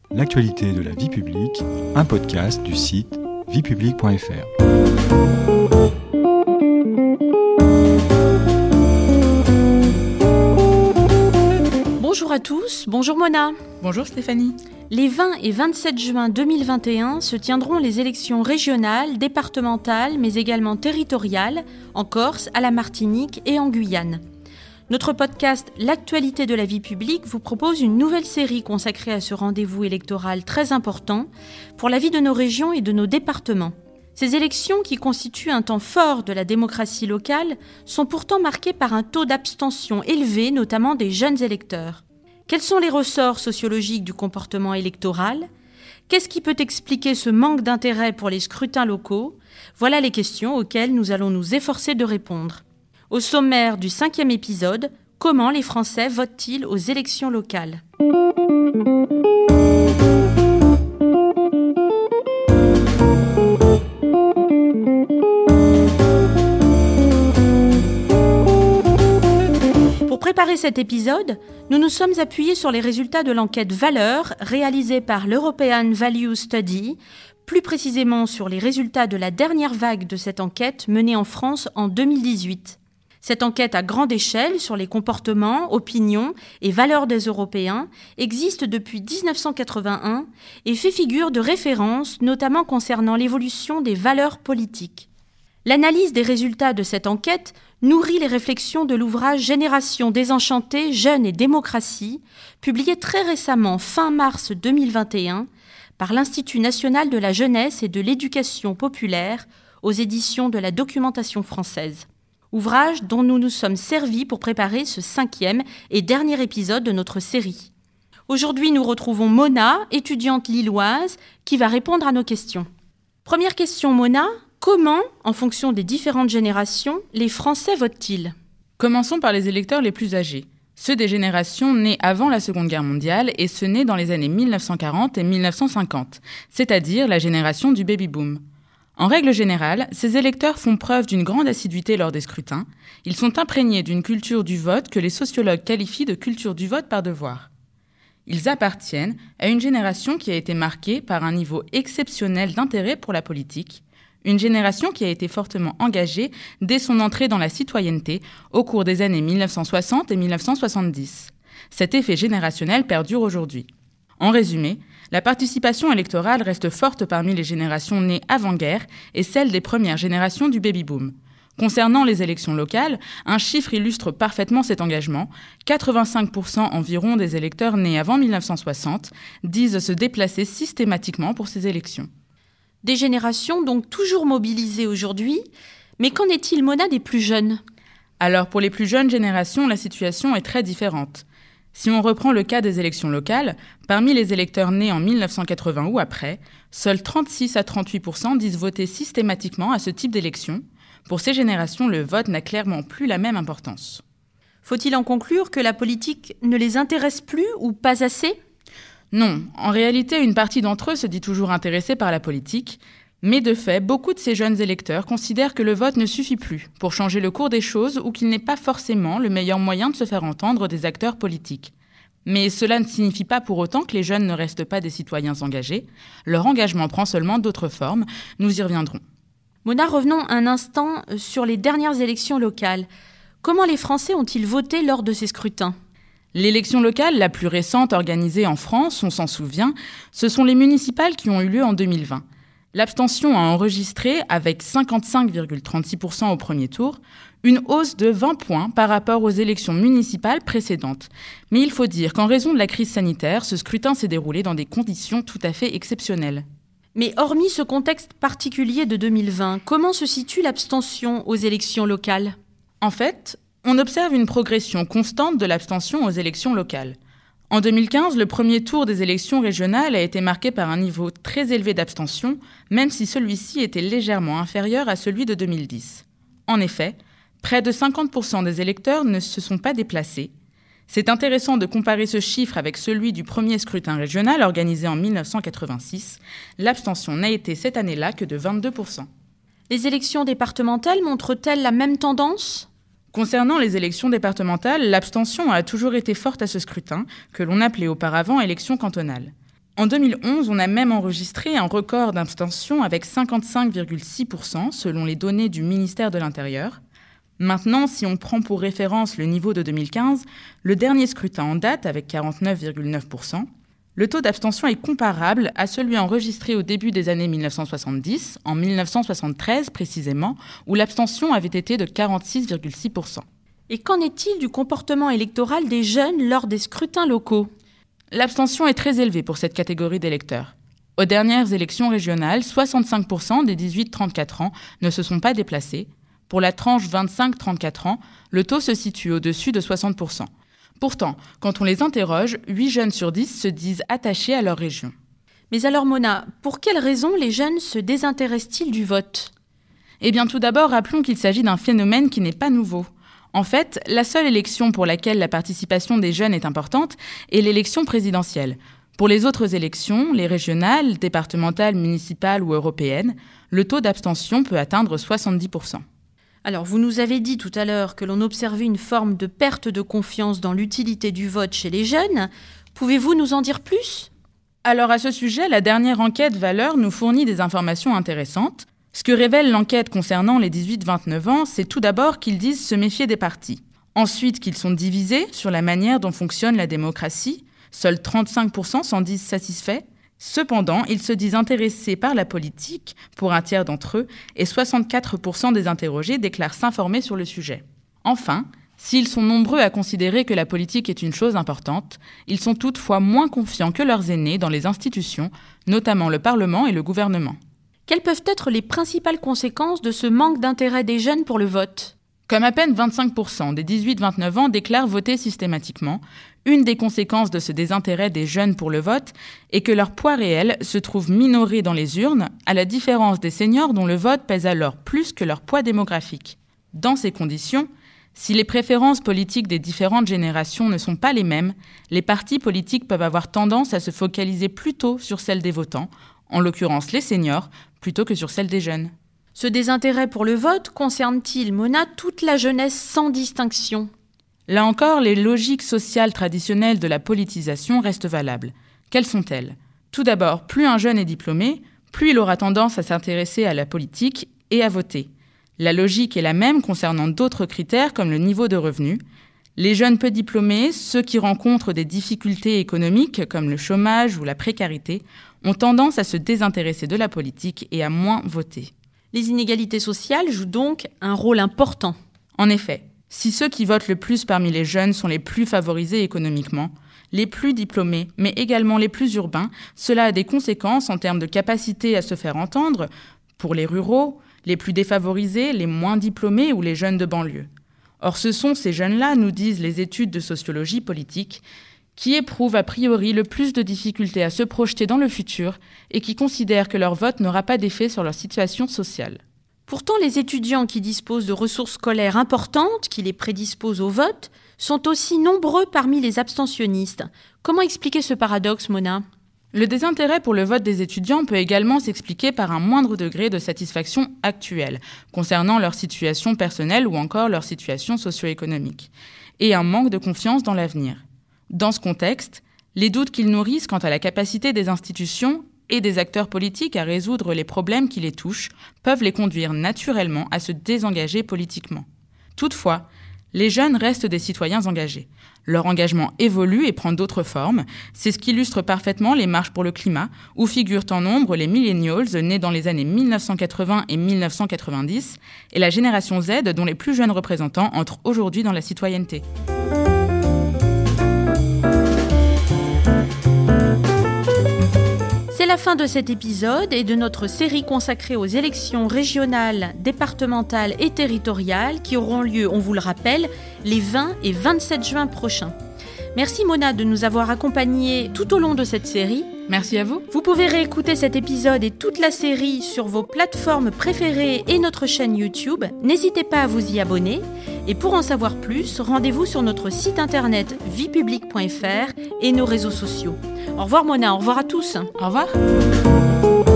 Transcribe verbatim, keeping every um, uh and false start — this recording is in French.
l'actualité de la vie publique, un podcast du site vie publique point f r. Bonjour à tous, bonjour Mona. Bonjour Stéphanie. Les vingt et vingt-sept juin deux mille vingt et un se tiendront les élections régionales, départementales, mais également territoriales, en Corse, à la Martinique et en Guyane. Notre podcast L'actualité de la vie publique vous propose une nouvelle série consacrée à ce rendez-vous électoral très important pour la vie de nos régions et de nos départements. Ces élections, qui constituent un temps fort de la démocratie locale, sont pourtant marquées par un taux d'abstention élevé, notamment des jeunes électeurs. Quels sont les ressorts sociologiques du comportement électoral ? Qu'est-ce qui peut expliquer ce manque d'intérêt pour les scrutins locaux ? Voilà les questions auxquelles nous allons nous efforcer de répondre. Au sommaire du cinquième épisode, comment les Français votent-ils aux élections locales ? Pour préparer cet épisode, nous nous sommes appuyés sur les résultats de l'enquête Valeurs réalisée par l'European Value Study, plus précisément sur les résultats de la dernière vague de cette enquête menée en France en deux mille dix-huit. Cette enquête à grande échelle sur les comportements, opinions et valeurs des Européens existe depuis dix-neuf cent quatre-vingt-un et fait figure de référence, notamment concernant l'évolution des valeurs politiques. L'analyse des résultats de cette enquête nourrit les réflexions de l'ouvrage Génération désenchantée, jeunes et démocratie, publié très récemment, fin mars deux mille vingt et un, par l'Institut national de la jeunesse et de l'éducation populaire aux éditions de la documentation française. Ouvrage dont nous nous sommes servis pour préparer ce cinquième et dernier épisode de notre série. Aujourd'hui, nous retrouvons Mona, étudiante lilloise, qui va répondre à nos questions. Première question, Mona. Comment, en fonction des différentes générations, les Français votent-ils ? Commençons par les électeurs les plus âgés, ceux des générations nées avant la Seconde Guerre mondiale et ceux nés dans les années mille neuf cent quarante et mille neuf cent cinquante, c'est-à-dire la génération du baby-boom. En règle générale, ces électeurs font preuve d'une grande assiduité lors des scrutins. Ils sont imprégnés d'une culture du vote que les sociologues qualifient de culture du vote par devoir. Ils appartiennent à une génération qui a été marquée par un niveau exceptionnel d'intérêt pour la politique, une génération qui a été fortement engagée dès son entrée dans la citoyenneté au cours des années mille neuf cent soixante et mille neuf cent soixante-dix. Cet effet générationnel perdure aujourd'hui. En résumé, la participation électorale reste forte parmi les générations nées avant-guerre et celles des premières générations du baby-boom. Concernant les élections locales, un chiffre illustre parfaitement cet engagement. quatre-vingt-cinq pour cent environ des électeurs nés avant mille neuf cent soixante disent se déplacer systématiquement pour ces élections. Des générations donc toujours mobilisées aujourd'hui, mais qu'en est-il, Mona, des plus jeunes ? Alors pour les plus jeunes générations, la situation est très différente. Si on reprend le cas des élections locales, parmi les électeurs nés en mille neuf cent quatre-vingts ou après, seuls trente-six à trente-huit pour cent disent voter systématiquement à ce type d'élection. Pour ces générations, le vote n'a clairement plus la même importance. Faut-il en conclure que la politique ne les intéresse plus ou pas assez ? Non, en réalité, une partie d'entre eux se dit toujours intéressée par la politique, mais de fait, beaucoup de ces jeunes électeurs considèrent que le vote ne suffit plus pour changer le cours des choses ou qu'il n'est pas forcément le meilleur moyen de se faire entendre des acteurs politiques. Mais cela ne signifie pas pour autant que les jeunes ne restent pas des citoyens engagés. Leur engagement prend seulement d'autres formes, nous y reviendrons. Mona, revenons un instant sur les dernières élections locales. Comment les Français ont-ils voté lors de ces scrutins ? L'élection locale la plus récente organisée en France, on s'en souvient, ce sont les municipales qui ont eu lieu en deux mille vingt. L'abstention a enregistré, avec cinquante-cinq virgule trente-six pour cent au premier tour, une hausse de vingt points par rapport aux élections municipales précédentes. Mais il faut dire qu'en raison de la crise sanitaire, ce scrutin s'est déroulé dans des conditions tout à fait exceptionnelles. Mais hormis ce contexte particulier de deux mille vingt, comment se situe l'abstention aux élections locales ? En fait, on observe une progression constante de l'abstention aux élections locales. En deux mille quinze, le premier tour des élections régionales a été marqué par un niveau très élevé d'abstention, même si celui-ci était légèrement inférieur à celui de deux mille dix. En effet, près de cinquante pour cent des électeurs ne se sont pas déplacés. C'est intéressant de comparer ce chiffre avec celui du premier scrutin régional organisé en mille neuf cent quatre-vingt-six. L'abstention n'a été cette année-là que de vingt-deux pour cent. Les élections départementales montrent-elles la même tendance ? Concernant les élections départementales, l'abstention a toujours été forte à ce scrutin, que l'on appelait auparavant élection cantonale. En deux mille onze, on a même enregistré un record d'abstention avec cinquante-cinq virgule six pour cent selon les données du ministère de l'Intérieur. Maintenant, si on prend pour référence le niveau de deux mille quinze, le dernier scrutin en date avec quarante-neuf virgule neuf pour cent, le taux d'abstention est comparable à celui enregistré au début des années mille neuf cent soixante-dix, en mille neuf cent soixante-treize précisément, où l'abstention avait été de quarante-six virgule six pour cent. Et qu'en est-il du comportement électoral des jeunes lors des scrutins locaux ? L'abstention est très élevée pour cette catégorie d'électeurs. Aux dernières élections régionales, soixante-cinq pour cent des dix-huit trente-quatre ans ne se sont pas déplacés. Pour la tranche vingt-cinq trente-quatre ans, le taux se situe au-dessus de soixante pour cent. Pourtant, quand on les interroge, huit jeunes sur dix se disent attachés à leur région. Mais alors Mona, pour quelles raisons les jeunes se désintéressent-ils du vote ? Eh bien tout d'abord, rappelons qu'il s'agit d'un phénomène qui n'est pas nouveau. En fait, la seule élection pour laquelle la participation des jeunes est importante est l'élection présidentielle. Pour les autres élections, les régionales, départementales, municipales ou européennes, le taux d'abstention peut atteindre soixante-dix pour cent. Alors, vous nous avez dit tout à l'heure que l'on observait une forme de perte de confiance dans l'utilité du vote chez les jeunes. Pouvez-vous nous en dire plus ? Alors à ce sujet, la dernière enquête Valeurs nous fournit des informations intéressantes. Ce que révèle l'enquête concernant les dix-huit vingt-neuf ans, c'est tout d'abord qu'ils disent se méfier des partis. Ensuite, qu'ils sont divisés sur la manière dont fonctionne la démocratie. Seuls trente-cinq pour cent s'en disent satisfaits. Cependant, ils se disent intéressés par la politique, pour un tiers d'entre eux, et soixante-quatre pour cent des interrogés déclarent s'informer sur le sujet. Enfin, s'ils sont nombreux à considérer que la politique est une chose importante, ils sont toutefois moins confiants que leurs aînés dans les institutions, notamment le Parlement et le gouvernement. Quelles peuvent être les principales conséquences de ce manque d'intérêt des jeunes pour le vote ? Comme à peine vingt-cinq pour cent des dix-huit vingt-neuf ans déclarent voter systématiquement, une des conséquences de ce désintérêt des jeunes pour le vote est que leur poids réel se trouve minoré dans les urnes, à la différence des seniors dont le vote pèse alors plus que leur poids démographique. Dans ces conditions, si les préférences politiques des différentes générations ne sont pas les mêmes, les partis politiques peuvent avoir tendance à se focaliser plutôt sur celles des votants, en l'occurrence les seniors, plutôt que sur celles des jeunes. Ce désintérêt pour le vote concerne-t-il, Mona, toute la jeunesse sans distinction ? Là encore, les logiques sociales traditionnelles de la politisation restent valables. Quelles sont-elles ? Tout d'abord, plus un jeune est diplômé, plus il aura tendance à s'intéresser à la politique et à voter. La logique est la même concernant d'autres critères comme le niveau de revenu. Les jeunes peu diplômés, ceux qui rencontrent des difficultés économiques comme le chômage ou la précarité, ont tendance à se désintéresser de la politique et à moins voter. Les inégalités sociales jouent donc un rôle important. En effet, si ceux qui votent le plus parmi les jeunes sont les plus favorisés économiquement, les plus diplômés, mais également les plus urbains, cela a des conséquences en termes de capacité à se faire entendre pour les ruraux, les plus défavorisés, les moins diplômés ou les jeunes de banlieue. Or, ce sont ces jeunes-là, nous disent les études de sociologie politique, qui éprouvent a priori le plus de difficultés à se projeter dans le futur et qui considèrent que leur vote n'aura pas d'effet sur leur situation sociale. Pourtant, les étudiants qui disposent de ressources scolaires importantes, qui les prédisposent au vote, sont aussi nombreux parmi les abstentionnistes. Comment expliquer ce paradoxe, Mona ? Le désintérêt pour le vote des étudiants peut également s'expliquer par un moindre degré de satisfaction actuelle, concernant leur situation personnelle ou encore leur situation socio-économique, et un manque de confiance dans l'avenir. Dans ce contexte, les doutes qu'ils nourrissent quant à la capacité des institutions et des acteurs politiques à résoudre les problèmes qui les touchent peuvent les conduire naturellement à se désengager politiquement. Toutefois, les jeunes restent des citoyens engagés. Leur engagement évolue et prend d'autres formes. C'est ce qu'illustrent parfaitement les marches pour le climat, où figurent en nombre les millennials nés dans les années mille neuf cent quatre-vingts et mille neuf cent quatre-vingt-dix, et la génération Z dont les plus jeunes représentants entrent aujourd'hui dans la citoyenneté. C'est la fin de cet épisode et de notre série consacrée aux élections régionales, départementales et territoriales qui auront lieu, on vous le rappelle, les vingt et vingt-sept juin prochains. Merci Mona de nous avoir accompagnés tout au long de cette série. Merci à vous. Vous pouvez réécouter cet épisode et toute la série sur vos plateformes préférées et notre chaîne YouTube. N'hésitez pas à vous y abonner. Et pour en savoir plus, rendez-vous sur notre site internet vie publique point f r et nos réseaux sociaux. Au revoir Mona, au revoir à tous. Au revoir.